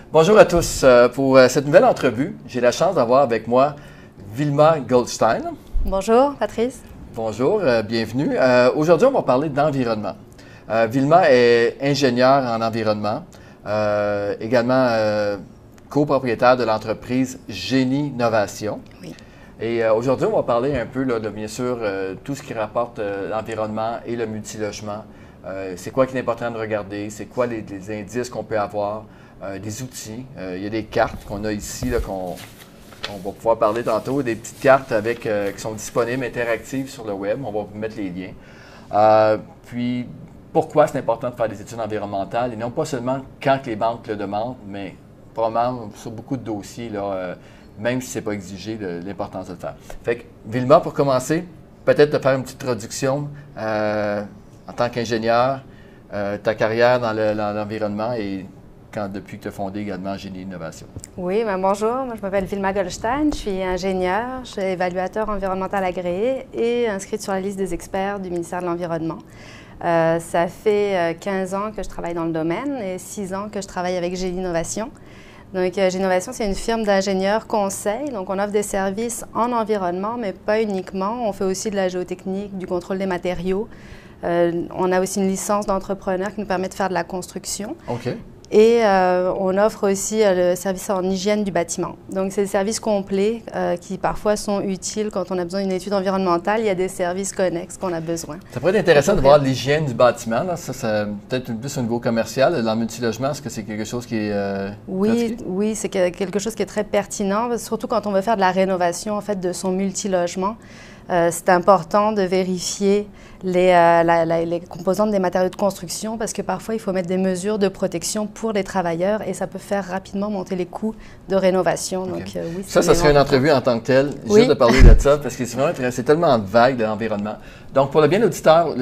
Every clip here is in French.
Bonjour à tous. Pour cette nouvelle entrevue, j'ai la chance d'avoir avec moi Vilma Goldstein. Bonjour, Patrice. Bonjour, bienvenue. Aujourd'hui, on va parler d'environnement. Vilma est ingénieure en environnement, également copropriétaire de l'entreprise Génie Novation. Oui. Et aujourd'hui, on va parler un peu, là, de, bien sûr, tout ce qui rapporte l'environnement et le multilogement. C'est quoi qu'il est important de regarder? C'est quoi les indices qu'on peut avoir? Des outils. Il y a des cartes qu'on a ici, là, qu'on va pouvoir parler tantôt, des petites cartes avec, qui sont disponibles, interactives sur le web. On va vous mettre les liens. Puis, pourquoi c'est important de faire des études environnementales, et non pas seulement quand les banques le demandent, mais probablement sur beaucoup de dossiers, là, même si ce n'est pas exigé, l'importance de le faire. Fait que, Vilma, pour commencer, peut-être de faire une petite introduction en tant qu'ingénieur, ta carrière dans l'environnement et depuis que tu as fondé également Génie Innovation. Oui, bonjour, moi, je m'appelle Vilma Goldstein, je suis ingénieure, je suis évaluateur environnemental agréé et inscrite sur la liste des experts du ministère de l'Environnement. Ça fait 15 ans que je travaille dans le domaine et 6 ans que je travaille avec Génie Innovation. Donc, Génie Innovation, c'est une firme d'ingénieurs conseil. Donc, on offre des services en environnement, mais pas uniquement. On fait aussi de la géotechnique, du contrôle des matériaux. On a aussi une licence d'entrepreneur qui nous permet de faire de la construction. OK. Et on offre aussi le service en hygiène du bâtiment. Donc, c'est des services complets qui parfois sont utiles quand on a besoin d'une étude environnementale. Il y a des services connexes qu'on a besoin. Ça pourrait être intéressant de voir l'hygiène du bâtiment. Là. Ça peut-être plus au niveau commercial. Dans le multilogement, est-ce que c'est quelque chose qui est Oui, c'est quelque chose qui est très pertinent, surtout quand on veut faire de la rénovation en fait, de son multilogement. C'est important de vérifier les composantes des matériaux de construction parce que parfois, il faut mettre des mesures de protection pour les travailleurs et ça peut faire rapidement monter les coûts de rénovation. Okay. Donc, oui, ça serait une entrevue en tant que telle, oui. Juste de parler de ça, parce que c'est tellement vague de l'environnement. Donc, pour le bien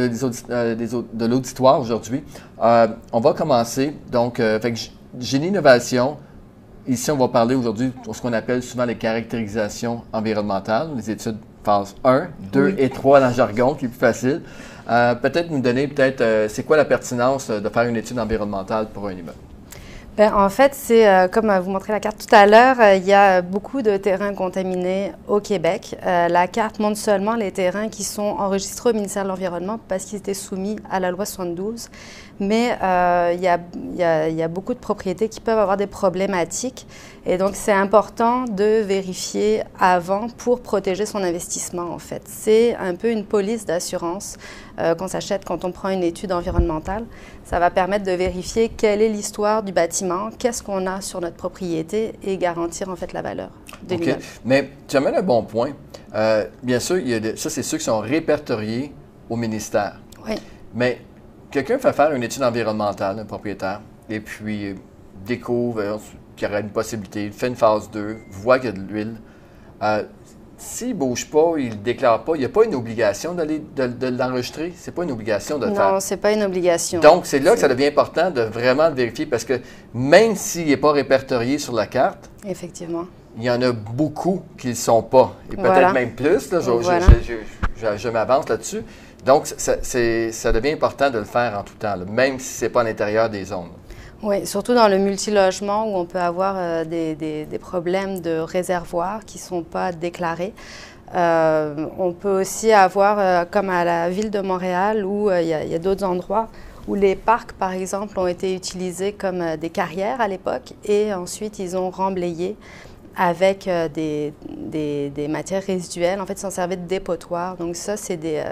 de l'auditoire aujourd'hui, on va commencer. Donc, fait que Génie Innovation, ici, on va parler aujourd'hui de ce qu'on appelle souvent les caractérisations environnementales, les études phase 1, 2 oui. et 3 dans le jargon, qui est plus facile. Peut-être nous donner, c'est quoi la pertinence de faire une étude environnementale pour un immeuble? Bien, en fait, c'est comme vous montrez la carte tout à l'heure, il y a beaucoup de terrains contaminés au Québec. La carte montre seulement les terrains qui sont enregistrés au ministère de l'Environnement parce qu'ils étaient soumis à la loi 72. Mais il y a beaucoup de propriétés qui peuvent avoir des problématiques. Et donc, c'est important de vérifier avant pour protéger son investissement, en fait. C'est un peu une police d'assurance qu'on s'achète quand on prend une étude environnementale. Ça va permettre de vérifier quelle est l'histoire du bâtiment, qu'est-ce qu'on a sur notre propriété et garantir, en fait, la valeur de l'immeuble. Mais tu amènes un bon point. Bien sûr, ça, c'est ceux qui sont répertoriés au ministère. Oui. Mais quelqu'un fait faire une étude environnementale, un propriétaire, et puis découvre qu'il y aurait une possibilité, fait une phase 2, voit qu'il y a de l'huile. S'il ne bouge pas, il ne déclare pas, il n'y a pas une obligation de l'enregistrer. Ce n'est pas une obligation de le faire. Non, ce n'est pas une obligation. Donc, c'est là que ça devient important de vraiment le vérifier parce que même s'il n'est pas répertorié sur la carte, effectivement, il y en a beaucoup qui ne le sont pas. Et peut-être voilà. même plus. Là, je m'avance là-dessus. Donc, ça devient important de le faire en tout temps, là, même si ce n'est pas à l'intérieur des zones. Oui, surtout dans le multilogement où on peut avoir des problèmes de réservoirs qui ne sont pas déclarés. On peut aussi avoir, comme à la ville de Montréal, où il y a d'autres endroits où les parcs, par exemple, ont été utilisés comme des carrières à l'époque et ensuite ils ont remblayé avec des matières résiduelles. En fait, ils s'en servaient de dépotoir. Donc ça, c'est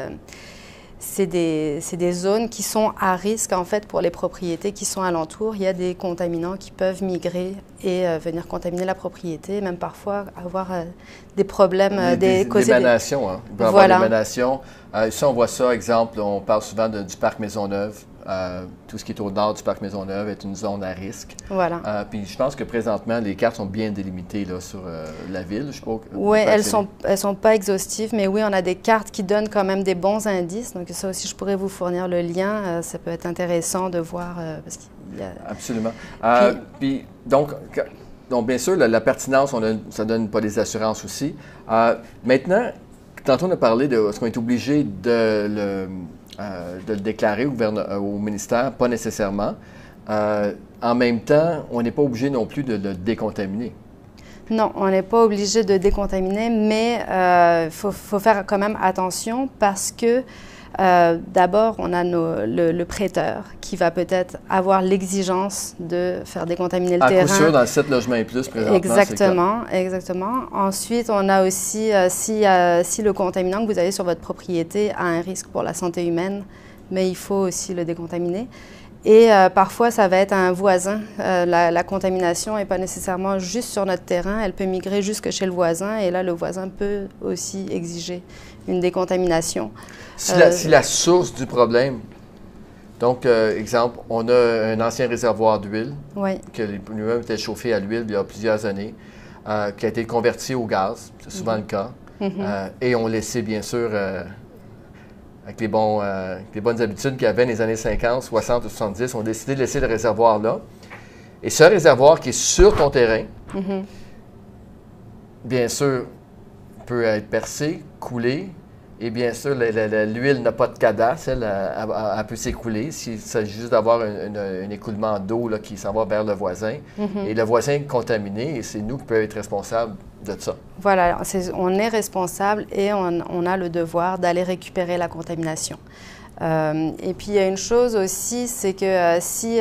des zones qui sont à risque en fait pour les propriétés qui sont alentours. Il y a des contaminants qui peuvent migrer et venir contaminer la propriété, même parfois avoir des problèmes. Des émanations, hein. Il peut y avoir des émanations. Ici, on voit ça, exemple, on parle souvent du parc Maisonneuve. Tout ce qui est au nord du parc Maisonneuve est une zone à risque. Voilà. Puis je pense que présentement, les cartes sont bien délimitées là, sur la ville. Oui, elles sont pas exhaustives, mais oui, on a des cartes qui donnent quand même des bons indices. Donc ça aussi, je pourrais vous fournir le lien. Ça peut être intéressant de voir. Parce qu'il y a... Absolument. Donc, bien sûr, la pertinence, ça donne pas des assurances aussi. Maintenant, tantôt on a parlé de ce qu'on est obligé de le déclarer au ministère, pas nécessairement. en même temps, on n'est pas obligé non plus de le décontaminer. Non, on n'est pas obligé de décontaminer, mais il faut faire quand même attention parce que d'abord, on a le prêteur qui va peut-être avoir l'exigence de faire décontaminer le terrain. À coup sûr, dans le 7 logements et plus, présentement, exactement, exactement. Ensuite, on a aussi, si le contaminant que vous avez sur votre propriété a un risque pour la santé humaine, mais il faut aussi le décontaminer. Et parfois, ça va être un voisin. La contamination n'est pas nécessairement juste sur notre terrain, elle peut migrer jusque chez le voisin, et là, le voisin peut aussi exiger une décontamination. Si la source du problème, donc, exemple, on a un ancien réservoir d'huile, oui. que lui-même était chauffé à l'huile il y a plusieurs années, qui a été converti au gaz, c'est souvent le cas, et on laissait bien sûr... avec les bonnes habitudes qu'il y avait dans les années 50, 60 ou 70, on a décidé de laisser le réservoir là. Et ce réservoir qui est sur ton terrain, bien sûr, peut être percé, coulé, et bien sûr, l'huile n'a pas de cadastre, elle peut s'écouler s'il s'agit juste d'avoir un écoulement d'eau qui s'en va vers le voisin. Et le voisin est contaminé, et c'est nous qui pouvons être responsables de ça. Voilà, on est responsable et on a le devoir d'aller récupérer la contamination. Et puis, il y a une chose aussi, c'est que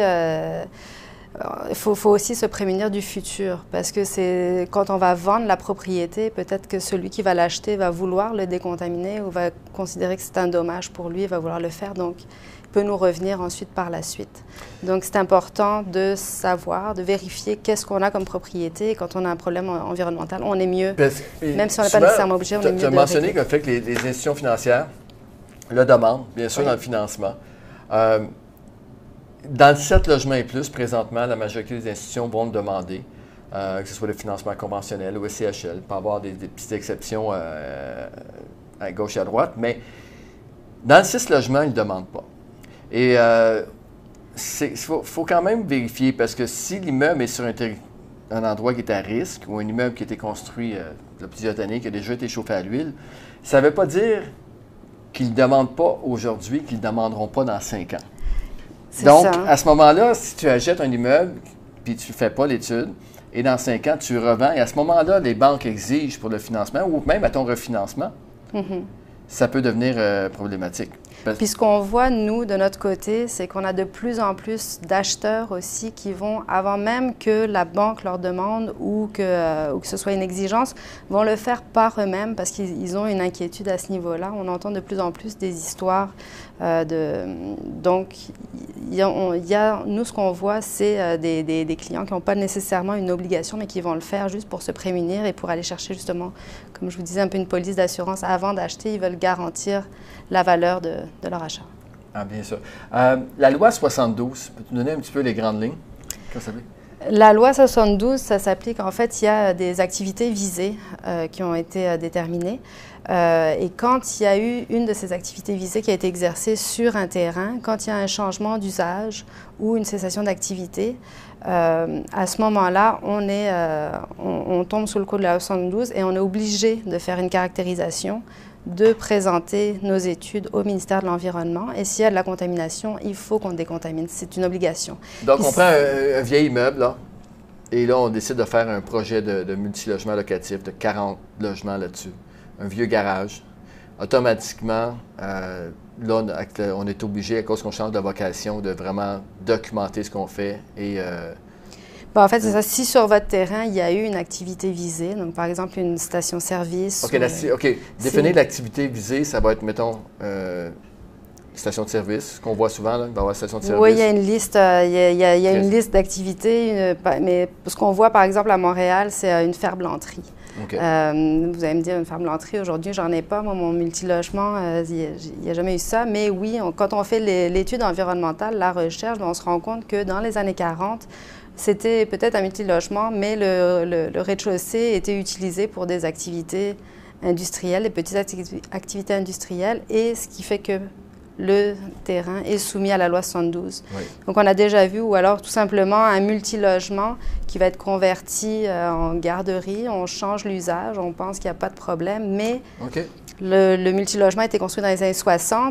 il faut aussi se prémunir du futur, parce que quand on va vendre la propriété, peut-être que celui qui va l'acheter va vouloir le décontaminer ou va considérer que c'est un dommage pour lui et va vouloir le faire, donc il peut nous revenir ensuite par la suite. Donc c'est important de savoir, de vérifier qu'est-ce qu'on a comme propriété, et quand on a un problème environnemental, on est mieux, même si on n'est pas nécessairement obligé, on est mieux de Tu as mentionné le fait que les institutions financières le demandent, bien sûr, dans le financement. Dans le 7 logements et plus, présentement, la majorité des institutions vont le demander, que ce soit le financement conventionnel ou le CHL, pour avoir des petites exceptions à gauche et à droite, mais dans le 6 logements, ils ne le demandent pas. Et il faut quand même vérifier, parce que si l'immeuble est sur un endroit qui est à risque, ou un immeuble qui a été construit il y a plusieurs années, qui a déjà été chauffé à l'huile, ça ne veut pas dire qu'ils ne demandent pas aujourd'hui, qu'ils ne demanderont pas dans 5 ans. Donc, à ce moment-là, si tu achètes un immeuble, puis tu ne fais pas l'étude, et dans 5 ans, tu le revends, et à ce moment-là, les banques exigent pour le financement, ou même à ton refinancement, ça peut devenir problématique. Puis ce qu'on voit, nous, de notre côté, c'est qu'on a de plus en plus d'acheteurs aussi qui vont, avant même que la banque leur demande ou que ce soit une exigence, vont le faire par eux-mêmes parce qu'ils ont une inquiétude à ce niveau-là. On entend de plus en plus des histoires Donc, nous, ce qu'on voit, c'est des clients qui n'ont pas nécessairement une obligation, mais qui vont le faire juste pour se prémunir et pour aller chercher justement, comme je vous disais, un peu une police d'assurance avant d'acheter. Ils veulent garantir la valeur de leur achat. Ah, bien sûr. La loi 72, peux-tu nous donner un petit peu les grandes lignes? Qu'est-ce que ça veut dire? La loi 72, ça s'applique, en fait, il y a des activités visées qui ont été déterminées. Et quand il y a eu une de ces activités visées qui a été exercée sur un terrain, quand il y a un changement d'usage ou une cessation d'activité, à ce moment-là, on tombe sous le coup de la loi 72 et on est obligé de faire une caractérisation, de présenter nos études au ministère de l'Environnement. Et s'il y a de la contamination, il faut qu'on décontamine. C'est une obligation. Donc, on prend un vieil immeuble, là, et là, on décide de faire un projet de multilogement locatif de 40 logements là-dessus. Un vieux garage. Automatiquement, là, on est obligé, à cause qu'on change de vocation, de vraiment documenter ce qu'on fait et... En fait, c'est ça. Si sur votre terrain, il y a eu une activité visée, donc par exemple une station-service... OK. Définir l'activité visée, ça va être, mettons, station de service, qu'on voit souvent, là, il va y avoir station de service. Oui, il y a une liste, une liste d'activités, mais ce qu'on voit, par exemple, à Montréal, c'est une ferblanterie. Okay. Vous allez me dire, une ferblanterie, aujourd'hui, j'en ai pas. Moi, mon multilogement, il n'y a jamais eu ça. Mais oui, quand on fait l'étude environnementale, la recherche, on se rend compte que dans les années 40, c'était peut-être un multilogement, mais le rez-de-chaussée était utilisé pour des activités industrielles, des petites activités industrielles, et ce qui fait que le terrain est soumis à la loi 72. Oui. Donc, on a déjà vu, ou alors tout simplement un multilogement qui va être converti en garderie, on change l'usage, on pense qu'il n'y a pas de problème, mais le multilogement a été construit dans les années 60,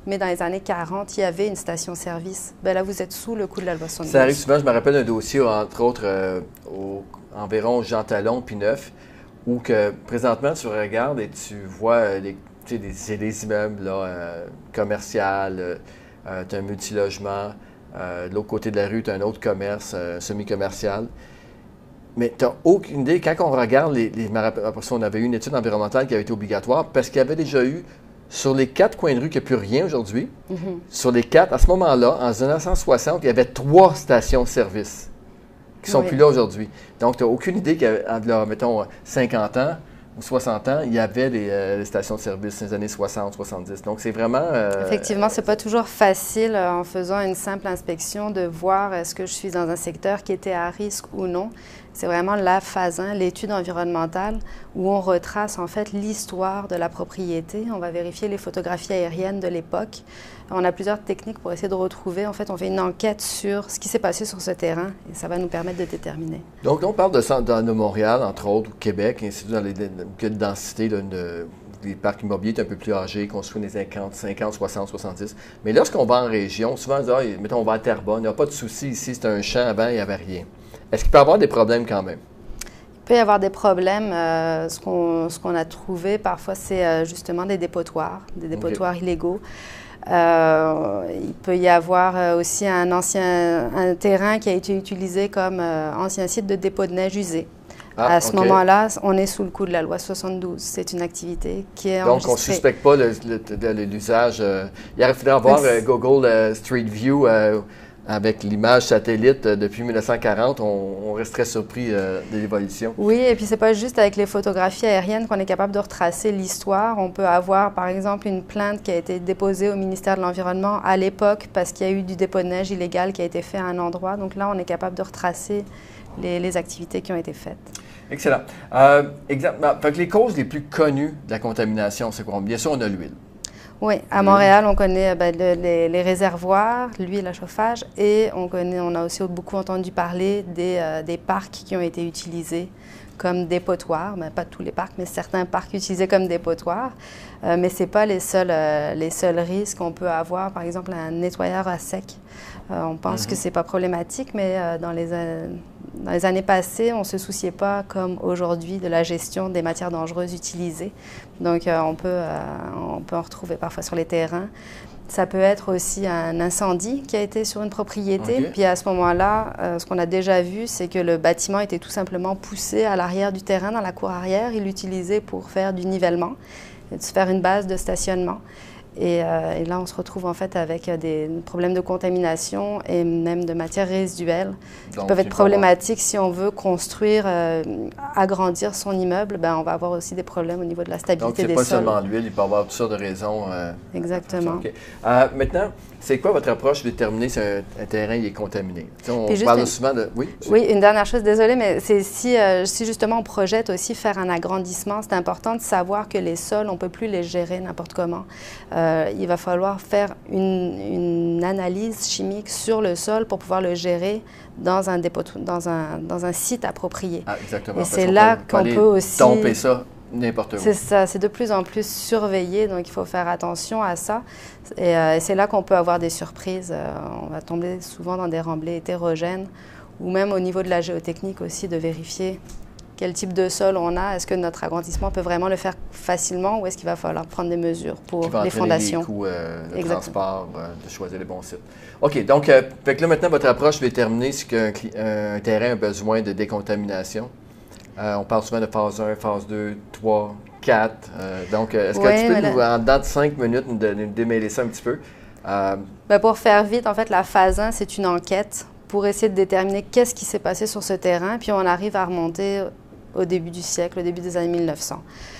mais dans les années 40, il y avait une station-service. Ben là, vous êtes sous le coup de la loi 72. Ça arrive souvent, je me rappelle d'un dossier, entre autres, environ Jean Talon puis Neuf, où que présentement, tu regardes et tu vois des immeubles là, commerciaux, tu as un multilogement, de l'autre côté de la rue, tu as un autre commerce semi-commercial. Mais tu n'as aucune idée, quand on regarde, après ça, on avait eu une étude environnementale qui avait été obligatoire parce qu'il y avait déjà eu, sur les 4 coins de rue, qu'il n'y a plus rien aujourd'hui, sur les 4, à ce moment-là, en 1960, il y avait 3 stations-service qui ne sont plus là aujourd'hui. Donc, tu n'as aucune idée qu'à, mettons, 50 ans ou 60 ans, il y avait des stations-service dans les années 60, 70. Donc, c'est vraiment... Effectivement, ce n'est pas toujours facile en faisant une simple inspection de voir est-ce que je suis dans un secteur qui était à risque ou non. C'est vraiment la phase 1, l'étude environnementale, où on retrace en fait l'histoire de la propriété. On va vérifier les photographies aériennes de l'époque. On a plusieurs techniques pour essayer de retrouver. En fait, on fait une enquête sur ce qui s'est passé sur ce terrain et ça va nous permettre de déterminer. Donc, on parle de Montréal, entre autres, ou Québec, et ainsi de suite, dans les densités des parcs immobiliers un peu plus âgés, construits dans les 50, 60, 70. Mais lorsqu'on va en région, souvent, mettons, on va à Terrebonne, il n'y a pas de souci ici, c'est un champ, avant, il n'y avait rien. Est-ce qu'il peut y avoir des problèmes quand même? Il peut y avoir des problèmes. Ce qu'on a trouvé parfois, c'est justement des dépotoirs illégaux. Il peut y avoir aussi un terrain qui a été utilisé comme ancien site de dépôt de neige usé. À ce moment-là, on est sous le coup de la loi 72. C'est une activité qui est enregistrée. Donc, on ne suspecte pas l'usage. Il faudrait avoir Google Street View avec l'image satellite depuis 1940. On resterait surpris de l'évolution. Oui, et puis c'est pas juste avec les photographies aériennes qu'on est capable de retracer l'histoire. On peut avoir, par exemple, une plainte qui a été déposée au ministère de l'Environnement à l'époque parce qu'il y a eu du dépôt de neige illégal qui a été fait à un endroit. Donc là, on est capable de retracer les activités qui ont été faites. Excellent. Exactement. Fait que les causes les plus connues de la contamination, c'est quoi? Bien sûr, on a l'huile. Oui, à Montréal, on connaît les réservoirs, l'huile à chauffage, et on a aussi beaucoup entendu parler des parcs qui ont été utilisés comme dépotoirs. Pas tous les parcs, mais certains parcs utilisés comme dépotoirs. Mais ce n'est pas les seuls risques. On peut avoir, par exemple, un nettoyeur à sec. On pense que ce n'est pas problématique, mais dans les années passées, on ne se souciait pas, comme aujourd'hui, de la gestion des matières dangereuses utilisées. Donc, on peut en retrouver parfois sur les terrains. Ça peut être aussi un incendie qui a été sur une propriété. Okay. Puis à ce moment-là, ce qu'on a déjà vu, c'est que le bâtiment était tout simplement poussé à l'arrière du terrain, dans la cour arrière. Il l'utilisait pour faire du nivellement, et de se faire une base de stationnement. Et là, on se retrouve en fait avec des problèmes de contamination et même de matières résiduelles qui peuvent être problématiques si on veut construire, agrandir son immeuble. On va avoir aussi des problèmes au niveau de la stabilité des sols. Donc, ce n'est pas seulement l'huile, il peut y avoir toutes sortes de raisons. Exactement. Okay. Maintenant, c'est quoi votre approche de déterminer si un terrain est contaminé? On parle souvent de... Oui, une dernière chose, désolée, mais c'est si justement on projette aussi faire un agrandissement, c'est important de savoir que les sols, on ne peut plus les gérer n'importe comment. Il va falloir faire une analyse chimique sur le sol pour pouvoir le gérer dans un site approprié. Ah, exactement. Et c'est là qu'on peut aussi... Domper ça n'importe où. C'est ça, c'est de plus en plus surveillé, donc il faut faire attention à ça. Et c'est là qu'on peut avoir des surprises. On va tomber souvent dans des remblais hétérogènes, ou même au niveau de la géotechnique aussi, de vérifier quel type de sol on a. Est-ce que notre agrandissement peut vraiment le faire facilement ou est-ce qu'il va falloir prendre des mesures pour les fondations? Les coûts de transport, de choisir les bons sites. OK, donc fait que là, maintenant, votre approche va déterminer si un terrain a besoin de décontamination. On parle souvent de phase 1, phase 2, 3, 4. Donc, est-ce que tu peux, en dedans de 5 minutes, nous démêler ça un petit peu? Pour faire vite, en fait, la phase 1, c'est une enquête pour essayer de déterminer qu'est-ce qui s'est passé sur ce terrain. Puis on arrive à remonter au début du siècle, au début des années 1900.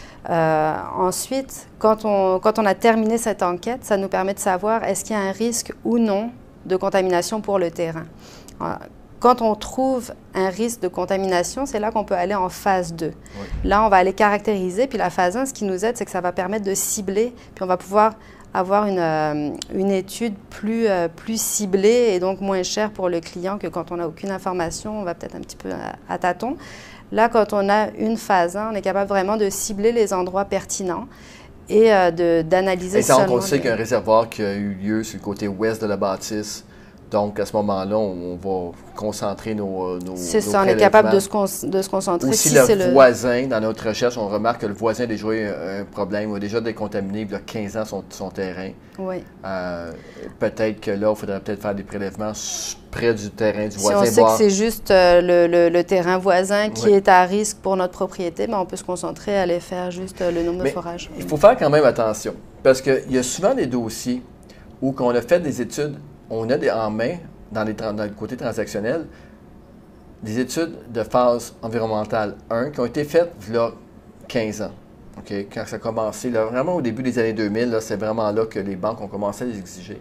Ensuite, quand on a terminé cette enquête, ça nous permet de savoir est-ce qu'il y a un risque ou non de contamination pour le terrain. Quand on trouve un risque de contamination, c'est là qu'on peut aller en phase 2. Oui. Là, on va aller caractériser. Puis la phase 1, ce qui nous aide, c'est que ça va permettre de cibler. Puis on va pouvoir avoir une étude plus ciblée et donc moins chère pour le client que quand on n'a aucune information, on va peut-être un petit peu à tâtons. Là, quand on a une phase 1, on est capable vraiment de cibler les endroits pertinents et d'analyser Exemple, seulement... on sait qu'il y a un réservoir qui a eu lieu sur le côté ouest de la bâtisse. Donc, à ce moment-là, on va concentrer nos C'est ça, on est prélèvements. capable de se concentrer. Aussi, si le voisin, dans notre recherche, on remarque que le voisin a déjà eu un problème, ou a déjà décontaminé il y a 15 ans son terrain. Oui. Peut-être que là, il faudrait peut-être faire des prélèvements près du terrain du voisin. Si on sait que c'est juste le terrain voisin qui est à risque pour notre propriété, mais on peut se concentrer à aller faire juste le nombre de forages. Il faut faire quand même attention, parce qu'il y a souvent des dossiers où on a fait des études, on a en main, dans le côté transactionnel, des études de phase environnementale 1 qui ont été faites il y a 15 ans. Okay? Quand ça a commencé, là, vraiment au début des années 2000, c'est vraiment là que les banques ont commencé à les exiger.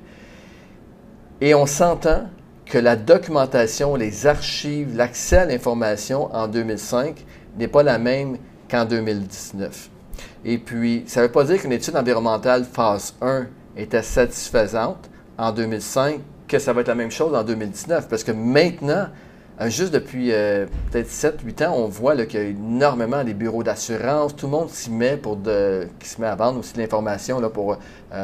Et on s'entend que la documentation, les archives, l'accès à l'information en 2005 n'est pas la même qu'en 2019. Et puis, ça ne veut pas dire qu'une étude environnementale phase 1 était satisfaisante en 2005, que ça va être la même chose en 2019. Parce que maintenant, juste depuis peut-être 7-8 ans, on voit qu'il y a énormément des bureaux d'assurance. Tout le monde s'y met qui se met à vendre aussi de l'information pour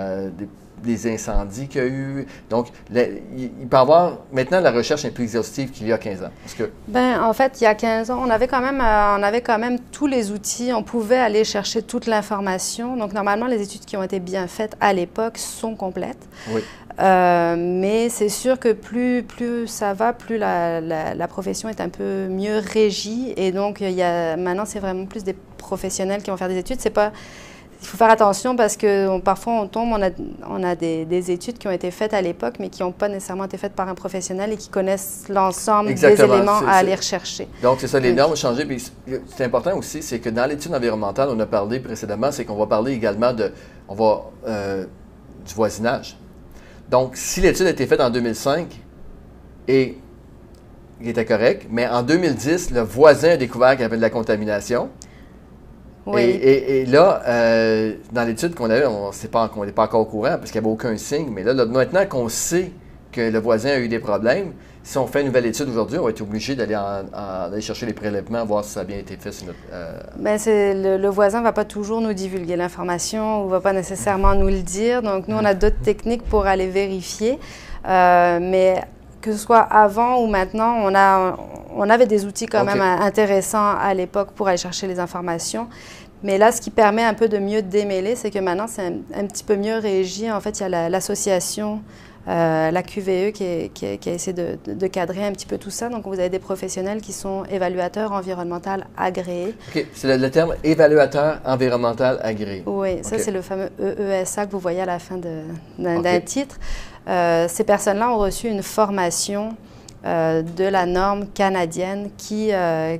des incendies qu'il y a eu. Donc, il peut y avoir... Maintenant, la recherche est plus exhaustive qu'il y a 15 ans. Parce que... En fait, il y a 15 ans, on avait quand même tous les outils. On pouvait aller chercher toute l'information. Donc, normalement, les études qui ont été bien faites à l'époque sont complètes. Oui. Mais c'est sûr que plus ça va, plus la profession est un peu mieux régie. Et donc, maintenant, c'est vraiment plus des professionnels qui vont faire des études. Il faut faire attention parce que parfois on a des études qui ont été faites à l'époque, mais qui n'ont pas nécessairement été faites par un professionnel et qui connaissent l'ensemble des éléments à aller rechercher. Donc, c'est ça, les normes ont changé. Puis, c'est important aussi, c'est que dans l'étude environnementale, on a parlé précédemment, c'est qu'on va parler également du voisinage. Donc, si l'étude a été faite en 2005 et il était correct, mais en 2010, le voisin a découvert qu'il y avait de la contamination. Oui. Et là, dans l'étude qu'on avait, on n'est pas encore au courant parce qu'il n'y avait aucun signe. Mais là, maintenant qu'on sait que le voisin a eu des problèmes, si on fait une nouvelle étude aujourd'hui, on va être obligé d'aller chercher les prélèvements, voir si ça a bien été fait sur notre... le voisin ne va pas toujours nous divulguer l'information ou ne va pas nécessairement nous le dire. Donc, nous, on a d'autres techniques pour aller vérifier. Mais que ce soit avant ou maintenant, on avait des outils quand même intéressants à l'époque pour aller chercher les informations. Mais là, ce qui permet un peu de mieux démêler, c'est que maintenant, c'est un petit peu mieux régi. En fait, il y a l'association, la QVE qui a essayé de cadrer un petit peu tout ça. Donc, vous avez des professionnels qui sont évaluateurs environnementaux agréés. OK. C'est le terme évaluateur environnemental agréé. Oui, ça, c'est le fameux EESA que vous voyez à la fin d'un titre. Ces personnes-là ont reçu une formation de la norme canadienne qui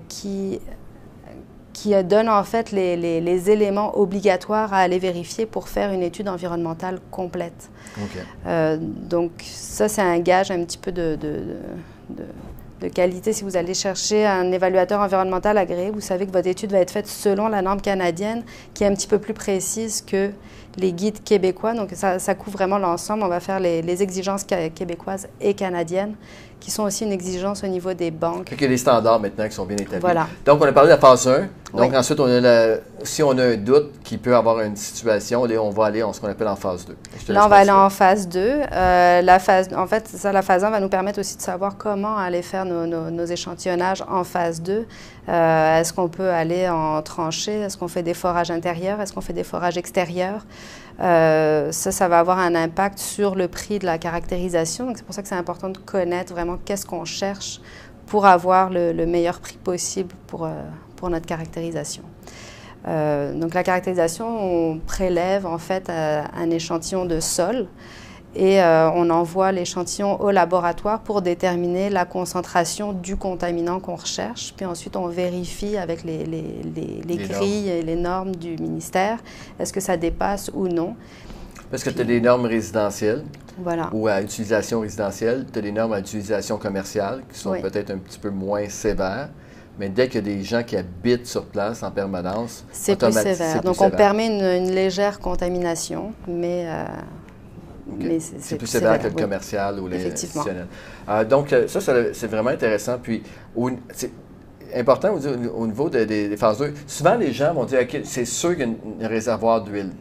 donne en fait les éléments obligatoires à aller vérifier pour faire une étude environnementale complète. Okay. Donc ça, c'est un gage un petit peu de qualité. Si vous allez chercher un évaluateur environnemental agréé, vous savez que votre étude va être faite selon la norme canadienne qui est un petit peu plus précise que les guides québécois. Donc ça couvre vraiment l'ensemble. On va faire les exigences québécoises et canadiennes qui sont aussi une exigence au niveau des banques. Il y a des standards maintenant qui sont bien établis. Voilà. Donc, on a parlé de la phase 1. Donc, ensuite, si on a un doute qu'il peut avoir une situation, là, on va aller en ce qu'on appelle en phase 2. Là, on va aller en phase 2. La phase 1 va nous permettre aussi de savoir comment aller faire nos échantillonnages en phase 2. Est-ce qu'on peut aller en tranchée? Est-ce qu'on fait des forages intérieurs? Est-ce qu'on fait des forages extérieurs? Ça va avoir un impact sur le prix de la caractérisation. Donc, c'est pour ça que c'est important de connaître vraiment qu'est-ce qu'on cherche pour avoir le meilleur prix possible pour notre caractérisation. Donc, la caractérisation, on prélève en fait un échantillon de sol et on envoie l'échantillon au laboratoire pour déterminer la concentration du contaminant qu'on recherche. Puis ensuite, on vérifie avec les grilles et les normes du ministère, est-ce que ça dépasse ou non. Parce que tu as des normes résidentielles voilà. ou à utilisation résidentielle, tu as des normes à utilisation commerciale qui sont peut-être un petit peu moins sévères. Mais dès qu'il y a des gens qui habitent sur place en permanence, c'est plus sévère. Donc, on permet une légère contamination, mais... c'est plus sévère que le commercial ou l'institutionnel. Donc, ça, c'est vraiment intéressant. Puis, c'est important au niveau des phases 2. Souvent, les gens vont dire, OK, c'est sûr qu'il y a un réservoir d'huile.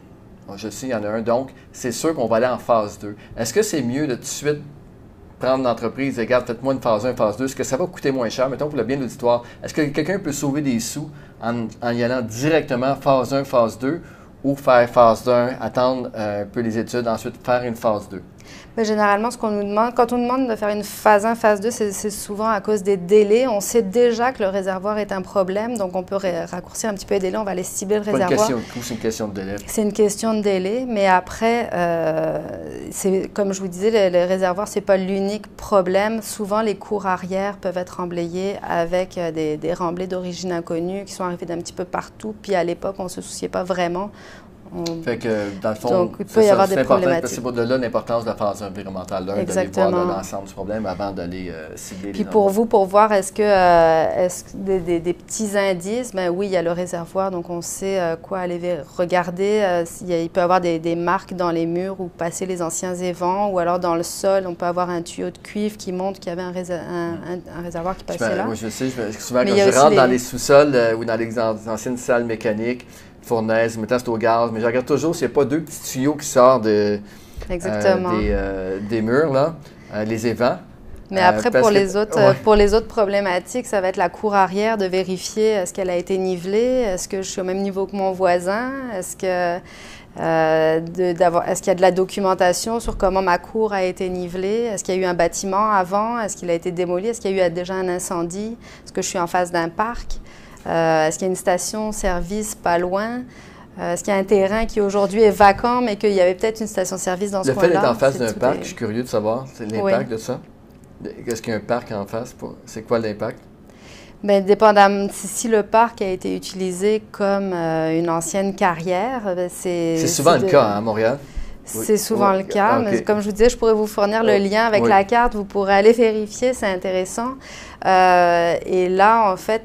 Je sais, il y en a un. Donc, c'est sûr qu'on va aller en phase 2. Est-ce que c'est mieux de tout de suite prendre l'entreprise et regarde, faites-moi une phase 1, phase 2? Est-ce que ça va coûter moins cher? Mettons pour le bien de l'auditoire. Est-ce que quelqu'un peut sauver des sous en y allant directement phase 1, phase 2 ou faire phase 1, attendre un peu les études, ensuite faire une phase 2? Mais généralement, ce qu'on nous demande, quand on nous demande de faire une phase 1, phase 2, c'est souvent à cause des délais. On sait déjà que le réservoir est un problème, donc on peut raccourcir un petit peu les délais, on va aller cibler le réservoir. C'est pas une question de coût, c'est une question de délai. C'est une question de délai, mais après, comme je vous disais, le réservoir, ce n'est pas l'unique problème. Souvent, les cours arrière peuvent être emblayés avec des remblais d'origine inconnue qui sont arrivés d'un petit peu partout, puis à l'époque, on ne se souciait pas vraiment. Fait que, dans le fond, donc, il peut y avoir des problématiques. C'est de là l'importance de la phase environnementale, d'aller voir l'ensemble du problème avant d'aller cibler. Puis pour vous, pour voir est-ce des petits indices, ben oui, il y a le réservoir, donc on sait quoi aller regarder. Il peut y avoir des marques dans les murs où passer les anciens évents, ou alors dans le sol, on peut avoir un tuyau de cuivre qui montre qu'il y avait un réservoir qui passait là. Oui, je sais, souvent quand je rentre dans les sous-sols ou dans les anciennes salles mécaniques, fournaise, mettons c'est au gaz, mais je regarde toujours s'il n'y a pas deux petits tuyaux qui sortent des murs, là, les évents. Mais après, pour les autres problématiques, ça va être la cour arrière, de vérifier est-ce qu'elle a été nivelée, est-ce que je suis au même niveau que mon voisin, est-ce qu'il y a de la documentation sur comment ma cour a été nivelée, est-ce qu'il y a eu un bâtiment avant, est-ce qu'il a été démoli, est-ce qu'il y a eu déjà un incendie, est-ce que je suis en face d'un parc. Est-ce qu'il y a une station-service pas loin? Est-ce qu'il y a un terrain qui aujourd'hui est vacant, mais qu'il y avait peut-être une station-service dans ce coin-là? Le fait d'être en face d'un parc, je suis curieux de savoir, c'est l'impact de ça. Est-ce qu'il y a un parc en face? C'est quoi l'impact? Bien, dépendamment, si le parc a été utilisé comme une ancienne carrière, c'est souvent le cas à Montréal. C'est souvent le cas, mais comme je vous disais, je pourrais vous fournir le lien avec la carte, vous pourrez aller vérifier, c'est intéressant. Et là, en fait,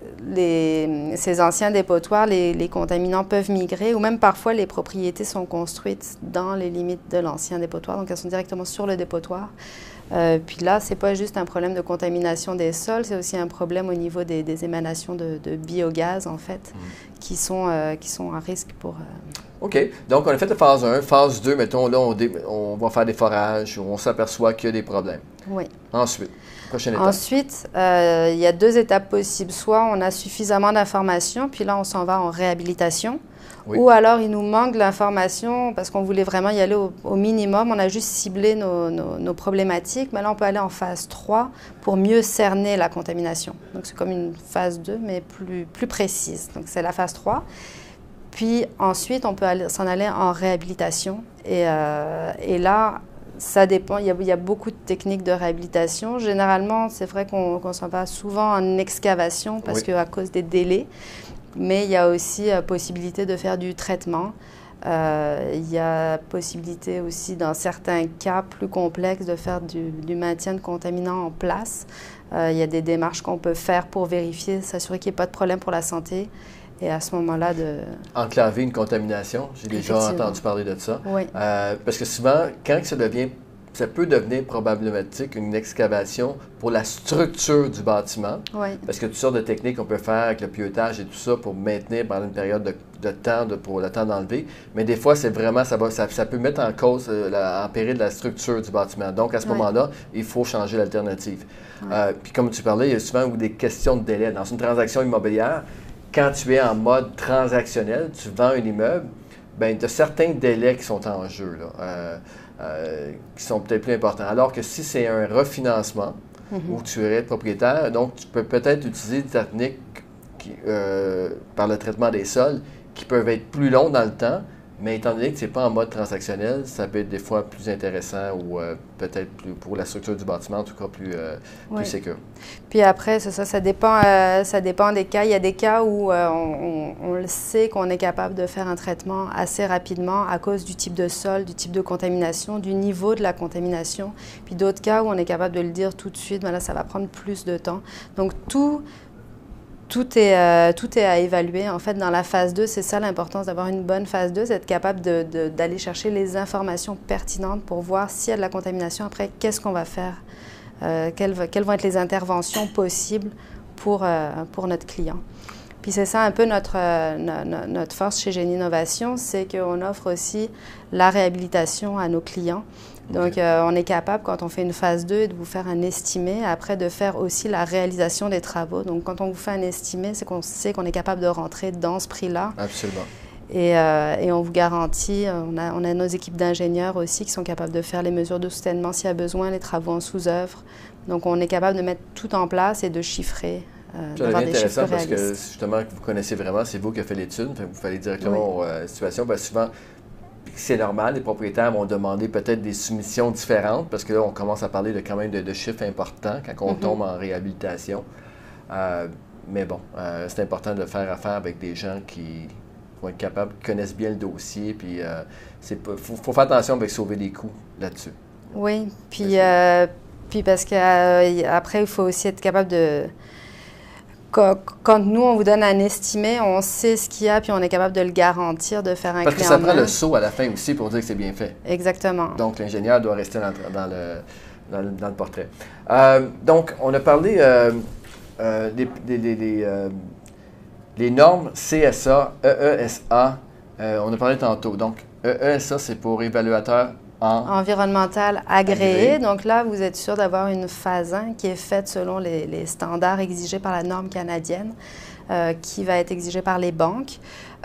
ces anciens dépotoirs, les contaminants peuvent migrer, ou même parfois les propriétés sont construites dans les limites de l'ancien dépotoir, donc elles sont directement sur le dépotoir. Puis là, ce n'est pas juste un problème de contamination des sols, c'est aussi un problème au niveau des émanations de biogaz, en fait, qui sont à risque pour... OK. Donc, on a fait la phase 1. Phase 2, mettons, là, on va faire des forages où on s'aperçoit qu'il y a des problèmes. Oui. Ensuite, prochaine étape. Ensuite, il y a 2 étapes possibles. Soit on a suffisamment d'informations, puis là, on s'en va en réhabilitation. Oui. Ou alors, il nous manque de l'information parce qu'on voulait vraiment y aller au minimum. On a juste ciblé nos problématiques. Mais là, on peut aller en phase 3 pour mieux cerner la contamination. Donc, c'est comme une phase 2, mais plus précise. Donc, c'est la phase 3. Puis ensuite, on peut s'en aller en réhabilitation. Et là, ça dépend. Il y a beaucoup de techniques de réhabilitation. Généralement, c'est vrai qu'on s'en va souvent en excavation parce qu'à cause des délais. Mais il y a aussi possibilité de faire du traitement. Il y a possibilité aussi, dans certains cas plus complexes, de faire du maintien de contaminants en place. Il y a des démarches qu'on peut faire pour vérifier, s'assurer qu'il n'y ait pas de problème pour la santé. Et à ce moment-là, enclaver une contamination, j'ai déjà entendu parler de ça. Oui. Parce que souvent, quand ça peut devenir problématique une excavation pour la structure du bâtiment. Oui. Parce que toutes sortes de techniques qu'on peut faire avec le pieutage et tout ça pour maintenir pendant une période de temps, pour le temps d'enlever. Mais des fois, c'est vraiment, ça peut mettre en cause, en péril la structure du bâtiment. Donc, à ce moment-là, il faut changer l'alternative. Puis comme tu parlais, il y a souvent des questions de délai. Dans une transaction immobilière, quand tu es en mode transactionnel, tu vends un immeuble, bien, tu as certains délais qui sont en jeu, là, qui sont peut-être plus importants. Alors que si c'est un refinancement où tu es propriétaire, donc tu peux peut-être utiliser des techniques par le traitement des sols qui peuvent être plus longs dans le temps, mais étant donné que ce n'est pas en mode transactionnel, ça peut être des fois plus intéressant ou peut-être plus pour la structure du bâtiment, en tout cas plus sécure. Puis après, ça dépend des cas. Il y a des cas où on le sait qu'on est capable de faire un traitement assez rapidement à cause du type de sol, du type de contamination, du niveau de la contamination. Puis d'autres cas où on est capable de le dire tout de suite, mais là, ça va prendre plus de temps. Donc tout est à évaluer. En fait, dans la phase 2, c'est ça l'importance d'avoir une bonne phase 2, c'est être capable d'aller chercher les informations pertinentes pour voir s'il y a de la contamination. Après, qu'est-ce qu'on va faire? Quelles vont être les interventions possibles pour notre client? Puis c'est ça un peu notre force chez Génie Innovation, c'est qu'on offre aussi la réhabilitation à nos clients. Donc, on est capable, quand on fait une phase 2, de vous faire un estimé, après de faire aussi la réalisation des travaux. Donc, quand on vous fait un estimé, c'est qu'on sait qu'on est capable de rentrer dans ce prix-là. Absolument. Et on vous garantit, on a nos équipes d'ingénieurs aussi qui sont capables de faire les mesures de soutènement s'il y a besoin, les travaux en sous-œuvre. Donc, on est capable de mettre tout en place et de chiffrer. C'est intéressant parce que justement, vous connaissez vraiment, c'est vous qui avez fait l'étude, vous fallait directement aux situations. Parce que souvent, c'est normal, les propriétaires vont demander peut-être des soumissions différentes parce que là, on commence à parler de quand même de chiffres importants quand on tombe en réhabilitation. Mais bon, c'est important de faire affaire avec des gens qui vont être capables, qui connaissent bien le dossier, puis il faut faire attention avec sauver des coûts là-dessus. Oui, puis parce qu'après, il faut aussi être capable de... Quand nous, on vous donne un estimé, on sait ce qu'il y a, puis on est capable de le garantir, de faire un Parce que ça prend le saut à la fin aussi pour dire que c'est bien fait. Exactement. Donc, l'ingénieur doit rester dans le portrait. Donc, on a parlé des normes CSA, EESA, on a parlé tantôt. Donc, EESA, c'est pour évaluateur environnemental agréé. Donc là, vous êtes sûr d'avoir une phase 1 qui est faite selon les standards exigés par la norme canadienne, qui va être exigée par les banques.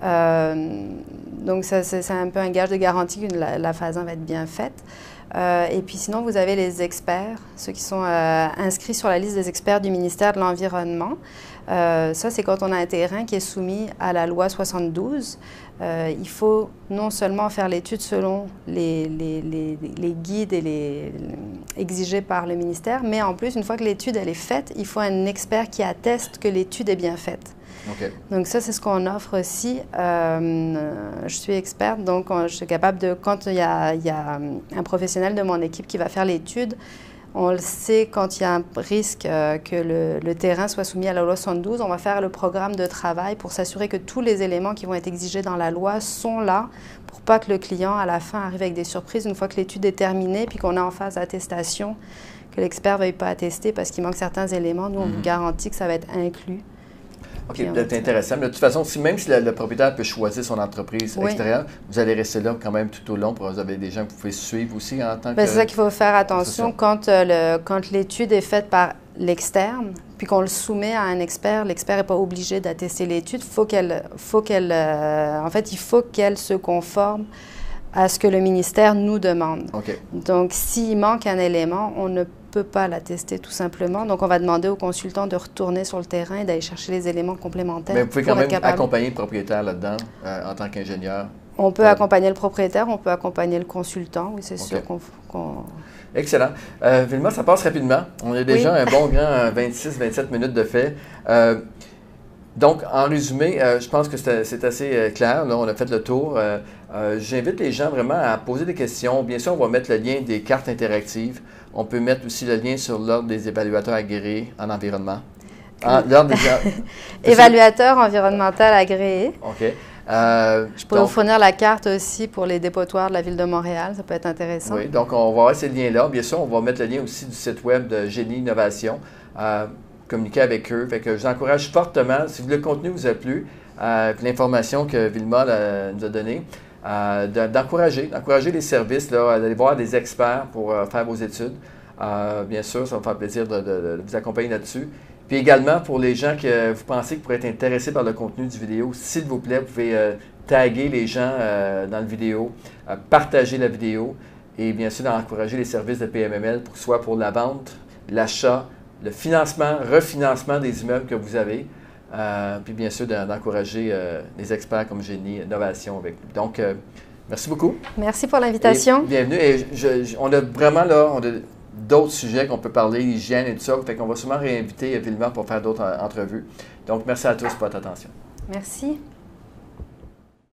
Donc c'est un peu un gage de garantie que la phase 1 va être bien faite. Et puis sinon, vous avez les experts, ceux qui sont inscrits sur la liste des experts du ministère de l'Environnement. Ça, c'est quand on a un terrain qui est soumis à la loi 72. Il faut non seulement faire l'étude selon les guides et exigés par le ministère, mais en plus, une fois que l'étude elle est faite, il faut un expert qui atteste que l'étude est bien faite. Okay. Donc ça, c'est ce qu'on offre aussi. Je suis experte, donc je suis capable de, quand il y a un professionnel de mon équipe qui va faire l'étude, on le sait quand il y a un risque que le terrain soit soumis à la loi 72, on va faire le programme de travail pour s'assurer que tous les éléments qui vont être exigés dans la loi sont là pour pas que le client, à la fin, arrive avec des surprises une fois que l'étude est terminée puis qu'on est en phase d'attestation, que l'expert ne veuille pas attester parce qu'il manque certains éléments. Nous, on vous garantit que ça va être inclus. OK, c'est intéressant. Mais de toute façon, même si le propriétaire peut choisir son entreprise extérieure, vous allez rester là quand même tout au long. Vous avez des gens que vous pouvez suivre aussi en tant que... C'est ça qu'il faut faire attention. Quand l'étude est faite par l'externe, puis qu'on le soumet à un expert, l'expert n'est pas obligé d'attester l'étude. En fait, il faut qu'elle se conforme à ce que le ministère nous demande. Okay. Donc, s'il manque un élément, on ne peut pas l'attester tout simplement. Donc, on va demander au consultant de retourner sur le terrain et d'aller chercher les éléments complémentaires. Mais vous pouvez quand même accompagner le propriétaire là-dedans en tant qu'ingénieur? On peut accompagner le propriétaire, on peut accompagner le consultant, oui, c'est sûr qu'on... Excellent. Vilma, ça passe rapidement. On a déjà un bon grand 26-27 minutes de fait. Donc, en résumé, je pense que c'est assez clair. Là, on a fait le tour. J'invite les gens vraiment à poser des questions. Bien sûr, on va mettre le lien des cartes interactives. On peut mettre aussi le lien sur l'Ordre des évaluateurs agréés en environnement. Évaluateur environnemental agréé. OK. Je pourrais vous fournir la carte aussi pour les dépotoirs de la Ville de Montréal. Ça peut être intéressant. Oui, donc on va avoir ces liens-là. Bien sûr, on va mettre le lien aussi du site web de Génie Innovation. Communiquer avec eux. Fait que je vous encourage fortement, si le contenu vous a plu, l'information que Vilma nous a donnée, d'encourager les services, d'aller voir des experts pour faire vos études. Bien sûr, ça va me faire plaisir de vous accompagner là-dessus. Puis également, pour les gens que vous pensez qui pourraient être intéressés par le contenu du vidéo, s'il vous plaît, vous pouvez taguer les gens dans la vidéo, partager la vidéo et bien sûr d'encourager les services de PMML, soit pour la vente, l'achat, le financement, refinancement des immeubles que vous avez, puis bien sûr d'encourager les experts comme Génie Innovation avec nous. Donc, merci beaucoup. Merci pour l'invitation. Bienvenue. Et on a vraiment d'autres sujets qu'on peut parler, l'hygiène et tout ça. Fait qu'on va sûrement réinviter Vilma pour faire d'autres entrevues. Donc, merci à tous pour votre attention. Merci.